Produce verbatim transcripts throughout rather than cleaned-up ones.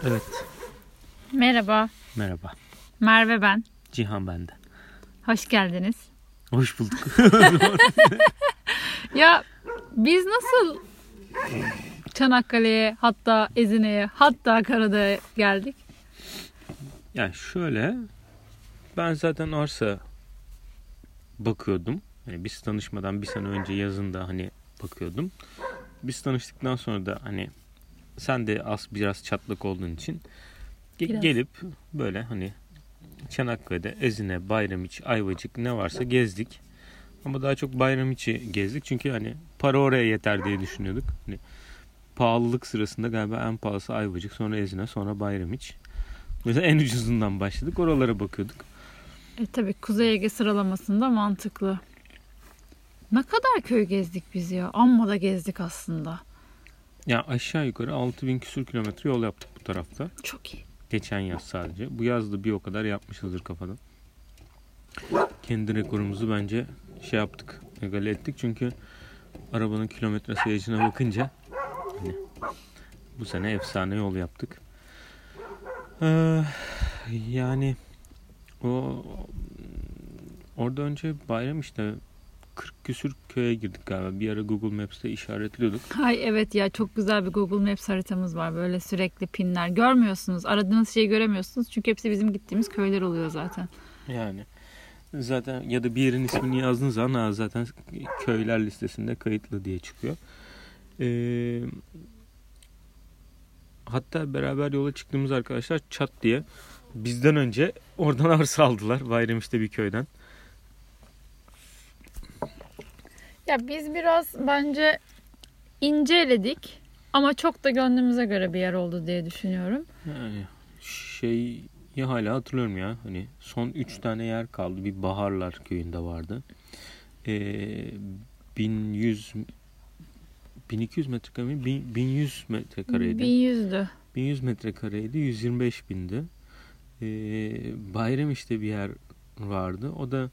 Evet. Merhaba. Merhaba. Merve ben. Cihan bende. Hoş geldiniz. Hoş bulduk. Ya biz nasıl Çanakkale'ye, hatta Ezine'ye, hatta Karadağ'a geldik? Yani şöyle, ben zaten arsa bakıyordum. Yani biz tanışmadan bir sene önce yazında hani bakıyordum. Biz tanıştıktan sonra da hani sen de az biraz çatlak olduğun için ge- gelip böyle hani Çanakkale'de Ezine, Bayramiçi, Ayvacık ne varsa gezdik. Ama daha çok Bayramiçi gezdik. Çünkü hani para oraya yeter diye düşünüyorduk. Hani pahalılık sırasında galiba en pahalısı Ayvacık, sonra Ezine, sonra Bayramiçi. Mesela en ucuzundan başladık. Oralara bakıyorduk. E tabii Kuzey Ege sıralamasında mantıklı. Ne kadar köy gezdik biz ya. Amma da gezdik aslında. Ya aşağı yukarı altı bin küsur kilometre yol yaptık bu tarafta. Çok iyi. Geçen yaz sadece. Bu yaz da bir o kadar yapmışızdır kafadan. Kendi rekorumuzu bence şey yaptık. Egale ettik. Çünkü arabanın kilometre sayacına bakınca hani bu sene efsane yol yaptık. Ee, yani o orada önce bayram işte kırk küsür köye girdik galiba. Bir ara Google Maps'te işaretliyorduk. Ay evet ya, çok güzel bir Google Maps haritamız var. Böyle sürekli pinler. Görmüyorsunuz. Aradığınız şeyi göremiyorsunuz. Çünkü hepsi bizim gittiğimiz köyler oluyor zaten. Yani zaten ya da bir yerin ismini yazdığınız zaman zaten köyler listesinde kayıtlı diye çıkıyor. Ee, hatta beraber yola çıktığımız arkadaşlar çat diye bizden önce oradan arsa aldılar. Bayramiş'te bir köyden. Ya biz biraz bence inceledik ama çok da gönlümüze göre bir yer oldu diye düşünüyorum. Yani şeyi hala hatırlıyorum ya. Hani son üç tane yer kaldı. Bir Baharlar köyünde vardı. Ee, bin yüz bin iki yüz metrekare mi? bin yüz metrekareydi. bin yüzdü. bin yüz metrekareydi. yüz yirmi beş bindi. Ee, Bayramiş'te bir yer vardı. O da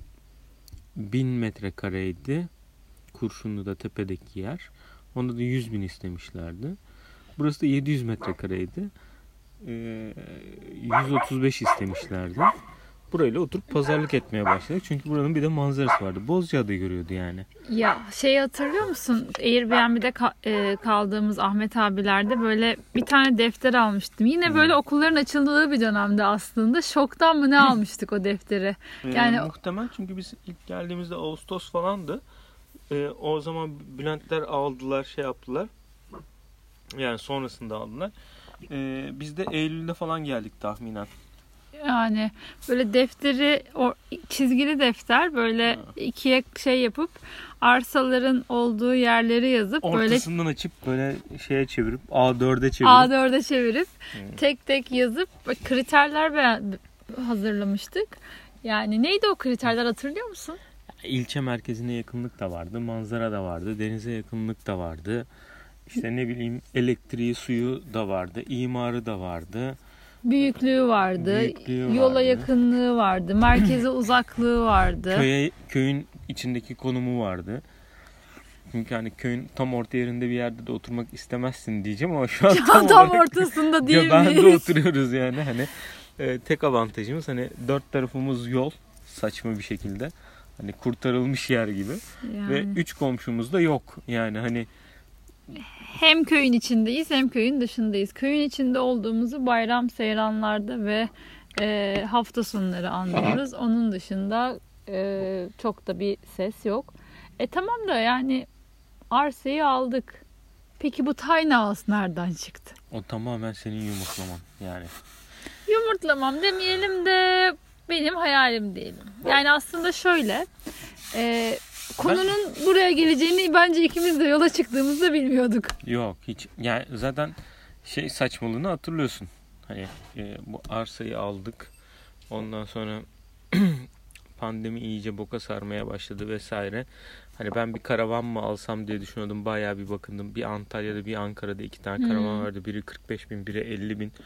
bin metrekareydi. Kurşunlu'da tepedeki yer. Onda da yüz bin istemişlerdi. Burası da yedi yüz metrekareydi. Ee, yüz otuz beş istemişlerdi. Burayla oturup pazarlık etmeye başladık. Çünkü buranın bir de manzarası vardı. Bozcaada'yı görüyordu yani. Ya şeyi hatırlıyor musun? Airbnb'de ka- e, kaldığımız Ahmet abilerde böyle bir tane defter almıştım. Yine böyle hmm. okulların açıldığı bir dönemde aslında. Şoktan mı ne almıştık o defteri? Yani ee, muhtemel, çünkü biz ilk geldiğimizde Ağustos falandı. Ee, o zaman Bülentler aldılar, şey yaptılar. Yani sonrasında aldılar. Ee, biz de Eylül'de falan geldik tahminen. Yani böyle defteri, o çizgili defter, böyle ha. ikiye şey yapıp arsaların olduğu yerleri yazıp ortasından böyle açıp böyle şeye çevirip A dörde çevirip A dörde çevirip hmm. tek tek yazıp kriterler hazırlamıştık. Yani neydi o kriterler, hatırlıyor musun? İlçe merkezine yakınlık da vardı, manzara da vardı, denize yakınlık da vardı. İşte ne bileyim, elektriği, suyu da vardı, imarı da vardı. Büyüklüğü vardı, Büyüklüğü yola vardı. yakınlığı vardı, merkeze uzaklığı vardı. Köye, köyün içindeki konumu vardı. Çünkü hani köyün tam orta yerinde bir yerde de oturmak istemezsin diyeceğim ama şu an tam, tam, tam olarak ortasında değil miyiz? Ben de oturuyoruz yani. Hani e, tek avantajımız hani dört tarafımız yol, saçma bir şekilde. Hani kurtarılmış yer gibi. Yani. Ve üç komşumuz da yok. Yani hani hem köyün içindeyiz hem köyün dışındayız. Köyün içinde olduğumuzu bayram seyranlarda ve e, hafta sonları anlıyoruz. Onun dışında e, çok da bir ses yok. E tamam da yani arsayı aldık. Peki bu tiny house nereden çıktı? O tamamen senin yumurtlaman yani. Yumurtlamam demeyelim de benim hayalim diyelim. Yani aslında şöyle... E, konunun ben... buraya geleceğini bence ikimiz de yola çıktığımızda bilmiyorduk. Yok hiç. Yani zaten şey saçmalığını hatırlıyorsun. Hani e, bu arsayı aldık. Ondan sonra pandemi iyice boka sarmaya başladı vesaire. Hani ben bir karavan mı alsam diye düşünüyordum. Bayağı bir bakındım. Bir Antalya'da, bir Ankara'da iki tane hmm. karavan vardı. Biri kırk beş bin, biri elli bin.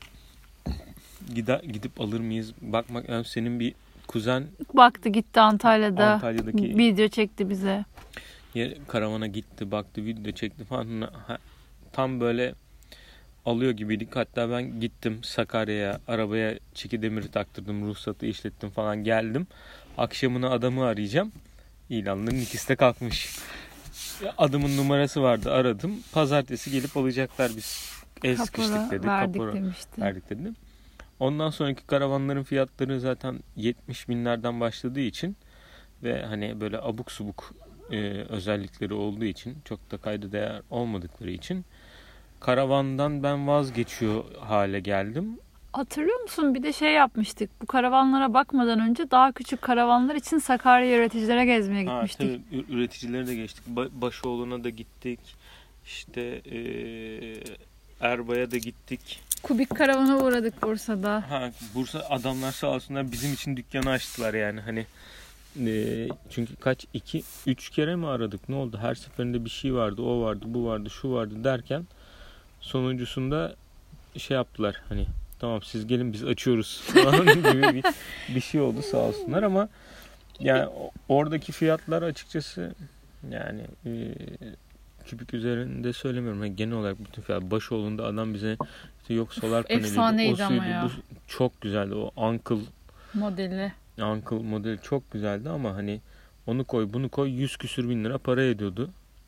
Gide, gidip alır mıyız? Bakmak yani senin bir kuzen baktı gitti Antalya'da, Antalya'daki video çekti bize. Yer, karavana gitti, baktı, video çekti falan. Tam böyle alıyor gibiydik. Hatta ben gittim Sakarya'ya, arabaya çeki demiri taktırdım, ruhsatı işlettim falan, geldim. Akşamına adamı arayacağım. İlanların ikisi de kalkmış. Adamın numarası vardı, aradım. Pazartesi gelip alacaklar, biz el sıkıştık dedi. Verdik Kapora demişti. verdik dedi. Ondan sonraki karavanların fiyatları zaten yetmiş binlerden başladığı için ve hani böyle abuk subuk e, özellikleri olduğu için, çok da kayda değer olmadıkları için karavandan ben vazgeçiyor hale geldim. Hatırlıyor musun? Bir de şey yapmıştık. Bu karavanlara bakmadan önce daha küçük karavanlar için Sakarya üreticilere gezmeye Ha, gitmiştik. tabii üreticileri de geçtik. Ba- Başoğlu'na da gittik. İşte e, Erbay'a da gittik. Kubik karavana uğradık Bursa'da. Ha, Bursa adamlar sağ olsunlar bizim için dükkanı açtılar yani, hani e, çünkü kaç iki üç kere mi aradık, ne oldu, her seferinde bir şey vardı, o vardı, bu vardı, şu vardı derken sonuncusunda şey yaptılar, hani tamam siz gelin biz açıyoruz falan gibi bir, bir şey oldu sağ olsunlar. Ama yani oradaki fiyatlar açıkçası yani e, kübük üzerinde söylemiyorum. Yani genel olarak bütün fiyat. Başoğlu'nda adam bize işte yok solar paneliydi, Efsaneydi o ama suydu, ya. bu çok güzeldi. O Uncle Modeli. Uncle modeli çok güzeldi ama hani onu koy bunu koy yüz küsür bin lira para ediyordu.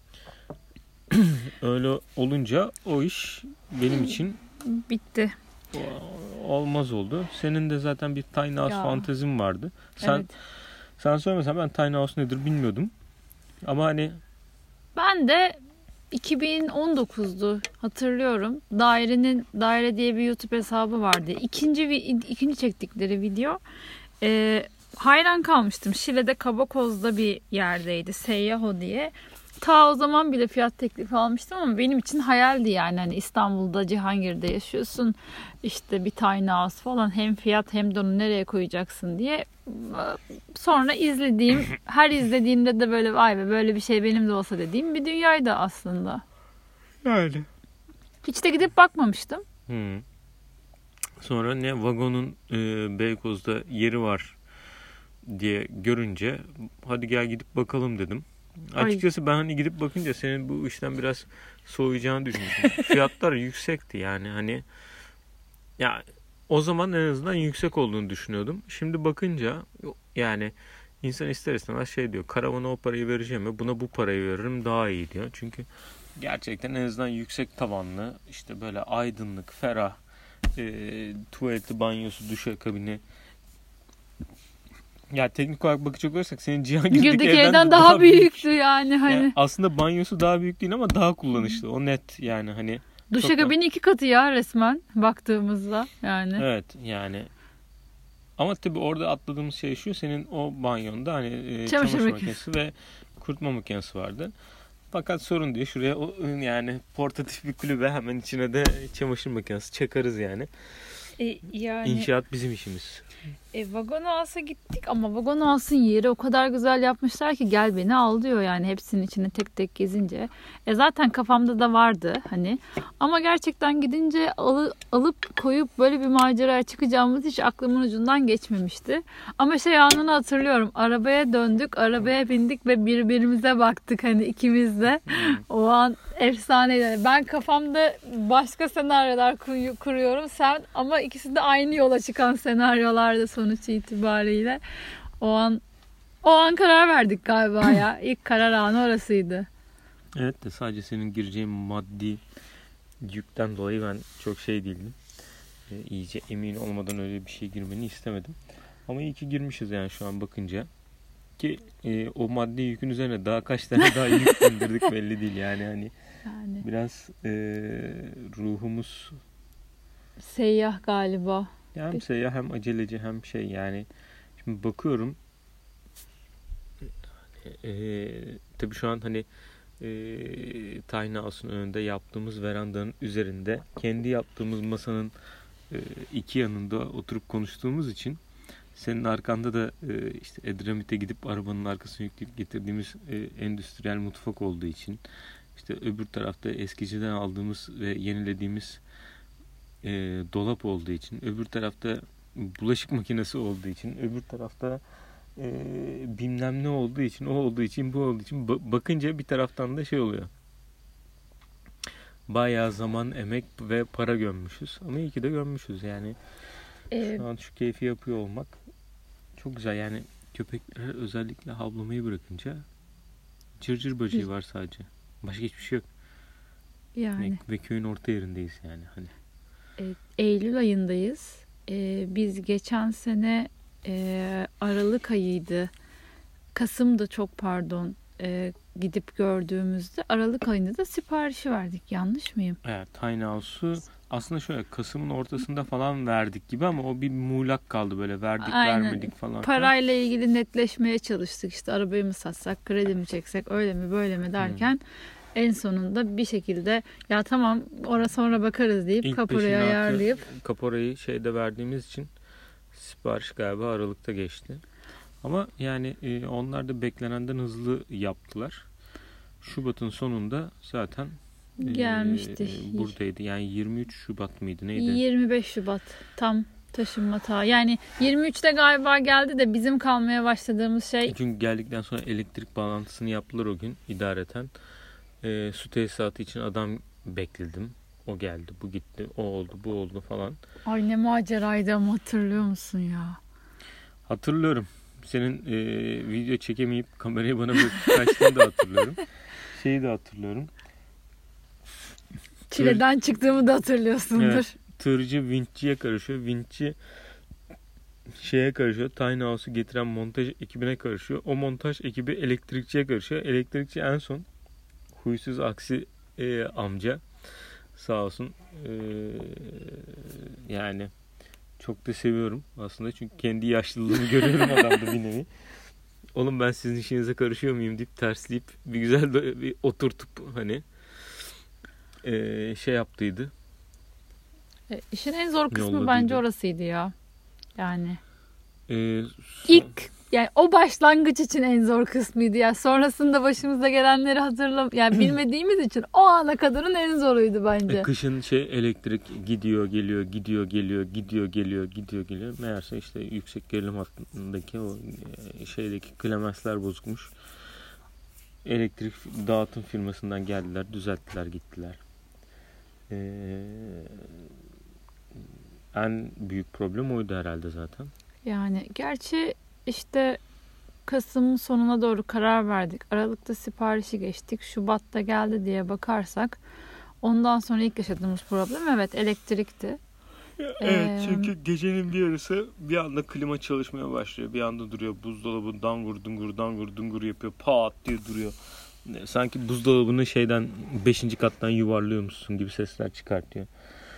Öyle olunca o iş benim için Bitti. olmaz oldu. Senin de zaten bir tiny house Ya. fantezin vardı. Sen Evet. sen söylemesen ben tiny house nedir bilmiyordum. Ama hani Ben de iki bin on dokuzdu hatırlıyorum. Dairenin Daire diye bir YouTube hesabı vardı. İkinci vi- ikinci çektikleri video. Ee, hayran kalmıştım. Şile'de Kabakoz'da bir yerdeydi. Seyyaho diye. Ta o zaman bile fiyat teklifi almıştım ama benim için hayaldi yani. Hani İstanbul'da Cihangir'de yaşıyorsun. İşte bir tiny house falan, hem fiyat hem de onu nereye koyacaksın diye. Sonra izlediğim, her izlediğimde de böyle vay be böyle bir şey benim de olsa dediğim bir dünyaydı aslında. öyle. Hiç de gidip bakmamıştım. Hmm. Sonra ne vagonun e, Beykoz'da yeri var diye görünce hadi gel gidip bakalım dedim. Ay. Açıkçası ben hani gidip bakınca senin bu işten biraz soğuyacağını düşünmüştüm. Fiyatlar yüksekti yani, hani ya o zaman en azından yüksek olduğunu düşünüyordum. Şimdi bakınca yani insan ister istemez şey diyor, karavana o parayı vereceğim ve buna bu parayı veririm daha iyi diyor. Çünkü gerçekten en azından yüksek tavanlı, işte böyle aydınlık, ferah, e, tuvaleti, banyosu, duşakabini. Ya teknik olarak bakacak olursak senin Cihangir'deki Girdeki evden, evden de daha, büyük. büyüktü yani hani. Yani aslında banyosu daha büyük değil ama daha kullanışlı. O net yani, hani. Duşakabini iki katı ya resmen baktığımızda yani. Evet yani. Ama tabii orada atladığımız şey şu, senin o banyonda hani e, Çamaşır çamaşır makinesi. makinesi ve kurutma makinesi vardı. Fakat sorun değil, şuraya o, yani portatif bir kulübe, hemen içine de çamaşır makinesi çakarız yani. E, yani İnşaat bizim işimiz. E, Vagon House'a gittik ama Vagon House'ın yeri o kadar güzel yapmışlar ki gel beni al diyor yani hepsinin içine tek tek gezince. E zaten kafamda da vardı hani. Ama gerçekten gidince alı, alıp koyup böyle bir maceraya çıkacağımız hiç aklımın ucundan geçmemişti. Ama şey anını hatırlıyorum. Arabaya döndük, arabaya bindik ve birbirimize baktık hani ikimiz de. O an efsaneydi. Ben kafamda başka senaryolar kuruyorum sen ama ikisi de aynı yola çıkan senaryolardı sonuç itibariyle. O an o an karar verdik galiba ya. İlk karar anı orasıydı. Evet de sadece senin gireceğin maddi yükten dolayı ben çok şey değildim. E, iyice emin olmadan öyle bir şey girmeni istemedim. Ama iyi ki girmişiz yani şu an bakınca. Ki e, o maddi yükün üzerine daha kaç tane daha yük bindirdik belli değil yani, hani Yani biraz e, ruhumuz seyyah galiba. hem seyyah hem aceleci hem şey yani. Şimdi bakıyorum e, tabii şu an hani e, Tiny House'un önünde yaptığımız verandanın üzerinde kendi yaptığımız masanın e, iki yanında oturup konuştuğumuz için senin arkanda da e, işte Edremit'e gidip arabanın arkasına yükleyip getirdiğimiz e, endüstriyel mutfak olduğu için, işte öbür tarafta eskiciden aldığımız ve yenilediğimiz e, dolap olduğu için, öbür tarafta bulaşık makinesi olduğu için, öbür tarafta e, bilmem ne olduğu için, o olduğu için, bu olduğu için ba- bakınca bir taraftan da şey oluyor. bayağı zaman, emek ve para gömmüşüz. Ama iyi ki de gömmüşüz yani. Ee, Şu an şu keyfi yapıyor olmak çok güzel. Yani köpekler özellikle havlamayı bırakınca cırcır böceği var sadece. Başka hiçbir şey yok. Yani. Ve köyün orta yerindeyiz yani. Hani. Evet, Eylül ayındayız. Ee, biz geçen sene e, Aralık ayıydı. Kasım'da çok pardon e, gidip gördüğümüzde Aralık ayında da siparişi verdik. Yanlış mıyım? Evet, Tiny House'u aslında şöyle Kasım'ın ortasında falan verdik gibi ama o bir muğlak kaldı böyle verdik Aynen. vermedik falan. Parayla ilgili netleşmeye çalıştık işte arabayı mı satsak, kredi mi çeksek, öyle mi böyle mi derken hmm. en sonunda bir şekilde ya tamam oraya sonra bakarız deyip İlk kaporayı ayarlayıp. Kaporayı şeyde verdiğimiz için sipariş galiba Aralık'ta geçti. Ama yani e, onlar da beklenenden hızlı yaptılar. Şubat'ın sonunda zaten e, gelmişti. E, buradaydı. Yani yirmi üç Şubat mıydı neydi? yirmi beş Şubat tam taşınma tarihi. Yani yirmi üçte galiba geldi de bizim kalmaya başladığımız şey. Çünkü geldikten sonra elektrik bağlantısını yaptılar o gün idareten. E, su tesisatı için adam bekledim. O geldi, bu gitti, o oldu, bu oldu falan. Ay ne maceraydı ama hatırlıyor musun ya? Hatırlıyorum. Senin e, video çekemeyip kamerayı bana kaçtığını da hatırlıyorum. Şeyi de hatırlıyorum. Çileden Tır... çıktığımı da hatırlıyorsundur. Evet, tırcı vinççiye karışıyor. Vinççi şeye karışıyor. Tiny House'u getiren montaj ekibine karışıyor. O montaj ekibi elektrikçiye karışıyor. Elektrikçi en son huysuz aksi e, amca sağ olsun e, yani çok da seviyorum aslında çünkü kendi yaşlılığımı görüyorum adamda bir nevi. Oğlum ben sizin işinize karışıyor muyum deyip tersleyip bir güzel bir oturtup hani e, şey yaptıydı. E, işin en zor kısmı yolladıydı. Bence orasıydı ya. Yani e, son... ilk yani o başlangıç için en zor kısmıydı ya. Sonrasında başımıza gelenleri hatırlam yani bilmediğimiz için o ana kadarın en zoruydu bence. E, kışın şey elektrik gidiyor geliyor gidiyor geliyor gidiyor geliyor gidiyor geliyor. Meğerse işte yüksek gerilim hattındaki o şeydeki klemensler bozukmuş. Elektrik dağıtım firmasından geldiler, düzelttiler, gittiler. Ee, en büyük problem oydu herhalde zaten. Yani gerçi işte Kasım'ın sonuna doğru karar verdik. Aralık'ta siparişi geçtik. Şubat'ta geldi diye bakarsak ondan sonra ilk yaşadığımız problem evet elektrikti. Evet ee, çünkü gecenin bir yarısı bir anda klima çalışmaya başlıyor. Bir anda duruyor. Buzdolabı dangur dungur dangur dungur yapıyor. Pat diye duruyor. Sanki buzdolabını şeyden beşinci kattan yuvarlıyormuşsun gibi sesler çıkartıyor.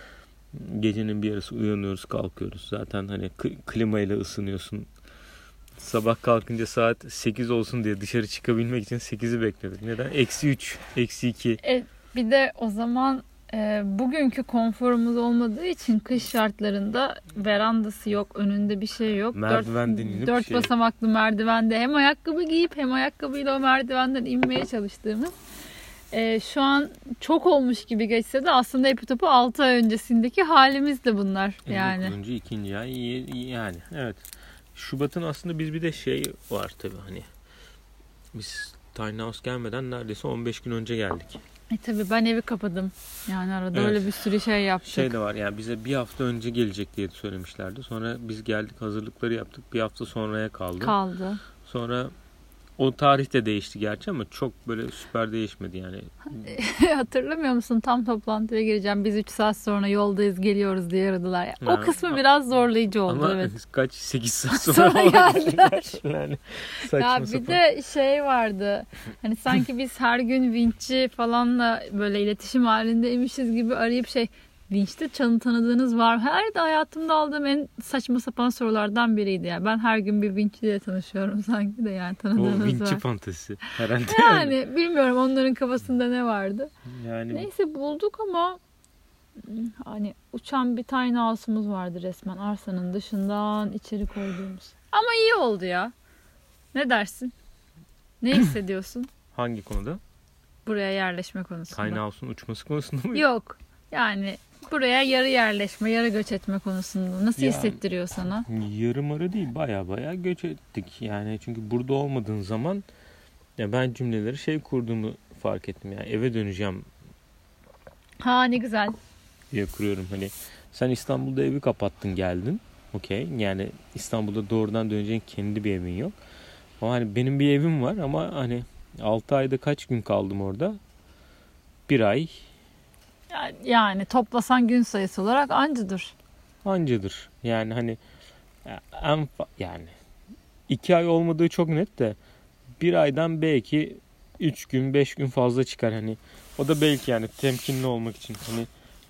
Gecenin bir yarısı uyanıyoruz, kalkıyoruz. Zaten hani klimayla ısınıyorsun. Sabah kalkınca saat sekiz olsun diye dışarı çıkabilmek için sekizi bekledik. Neden? Eksi üç, eksi iki. E, bir de o zaman e, bugünkü konforumuz olmadığı için kış şartlarında verandası yok, önünde bir şey yok. Merdivenden inip Dört şey... basamaklı merdivende hem ayakkabı giyip hem ayakkabıyla o merdivenden inmeye çalıştığımız. E, şu an çok olmuş gibi geçse de aslında Epitop'u altı ay öncesindeki halimiz de bunlar. Yani. dokuzuncu ikinci ay yani evet. Şubat'ın aslında biz bir de şey var tabii hani biz Tiny House gelmeden neredeyse on beş gün önce geldik. E tabii ben evi kapadım. Yani arada evet. Öyle bir sürü şey yaptık. Şey de var yani bize bir hafta önce gelecek diye söylemişlerdi. Sonra biz geldik hazırlıkları yaptık. Bir hafta sonraya kaldı. Kaldı. Sonra o tarih de değişti gerçi ama çok böyle süper değişmedi yani. Hatırlamıyor musun? Tam toplantıya gireceğim. Biz üç saat sonra yoldayız geliyoruz diye aradılar. Yani ha, o kısmı biraz zorlayıcı oldu. Ama evet. kaç sekiz saat sonra, sonra geldiler. yani ya bir sapan. De şey vardı. Hani sanki biz her gün vinççi falanla böyle iletişim halindeymişiz gibi arayıp şey vinçte canı tanıdığınız var mı? Her de hayatımda aldığım en saçma sapan sorulardan biriydi. Yani ben her gün bir vinççiyle tanışıyorum sanki de yani tanıdığınız var. O vinççi fantezi herhalde. Yani bilmiyorum onların kafasında ne vardı. Yani... Neyse bulduk ama hani uçan bir tiny house'umuz vardı resmen arsanın dışından içeri koyduğumuz. Ama iyi oldu ya. Ne dersin? Ne hissediyorsun? Hangi konuda? Buraya yerleşme konusunda. Tiny house'un uçması konusunda mı? Yok. Yani buraya yarı yerleşme, yarı göç etme konusunda nasıl ya, hissettiriyor sana? Yarım ara değil, baya baya göç ettik. Yani çünkü burada olmadığın zaman ya ben cümleleri şey kurduğumu fark ettim. Yani eve döneceğim Ha ne güzel. diye kuruyorum. Hani sen İstanbul'da evi kapattın geldin. Okey. Yani İstanbul'da doğrudan döneceğin kendi bir evin yok. Ama hani benim bir evim var ama hani altı ayda kaç gün kaldım orada? Bir ay Yani toplasan gün sayısı olarak ancıdır. ancadır. Yani hani en fa- yani iki ay olmadığı çok net de bir aydan belki üç gün beş gün fazla çıkar hani. O da belki yani temkinli olmak için. Hani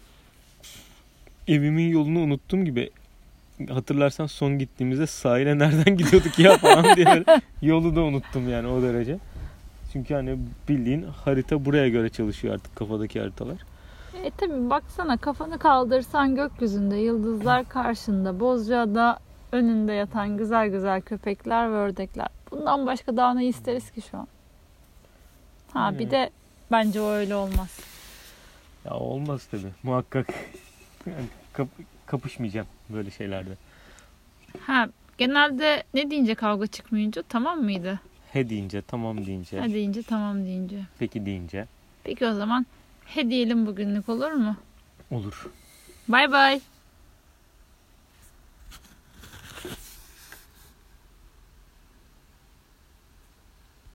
evimin yolunu unuttum gibi. Hatırlarsan son gittiğimizde sahile nereden gidiyorduk ya falan diye yolu da unuttum yani o derece. Çünkü hani bildiğin harita buraya göre çalışıyor artık kafadaki haritalar. E tabi baksana, kafanı kaldırsan gökyüzünde yıldızlar karşında, Bozcaada önünde yatan güzel güzel köpekler ve ördekler. Bundan başka daha ne isteriz ki şu an? Ha Evet. bir de bence o öyle olmaz. Ya olmaz tabii muhakkak. Yani kap- kapışmayacağım böyle şeylerde. Ha genelde ne deyince kavga çıkmayınca tamam mıydı? He deyince tamam deyince Ha deyince tamam deyince. peki deyince Peki o zaman he diyelim bugünlük, olur mu? olur. Bay bay.